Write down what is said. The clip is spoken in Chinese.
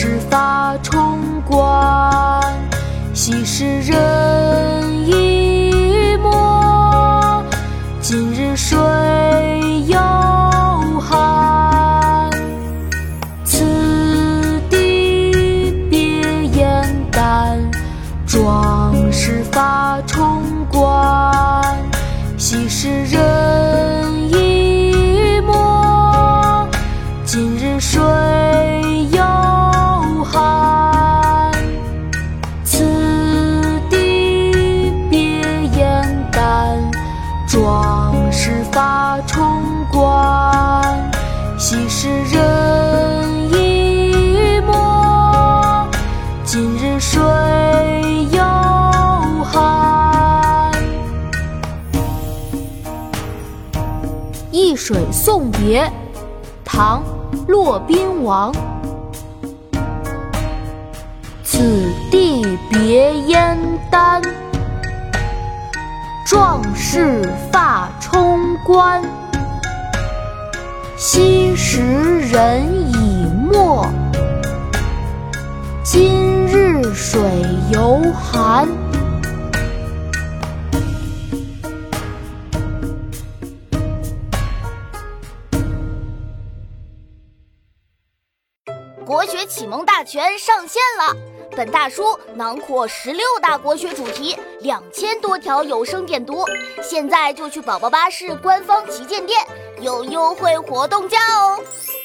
世发冲冠，昔时人已没，今日谁又寒？此地别燕丹，壮士发冲冠，昔时人已没，今日谁又寒？此地别燕丹，壮士发冲冠，昔时人已没，今日谁又寒？ 易水送别，唐·骆宾王。此地别燕丹，壮士发冲冠，昔时人已没，今日水犹寒。 国学启蒙大全上线了！本大书囊括16大国学主题，2000多条有声点读。现在就去宝宝巴士官方旗舰店，有优惠活动价哦！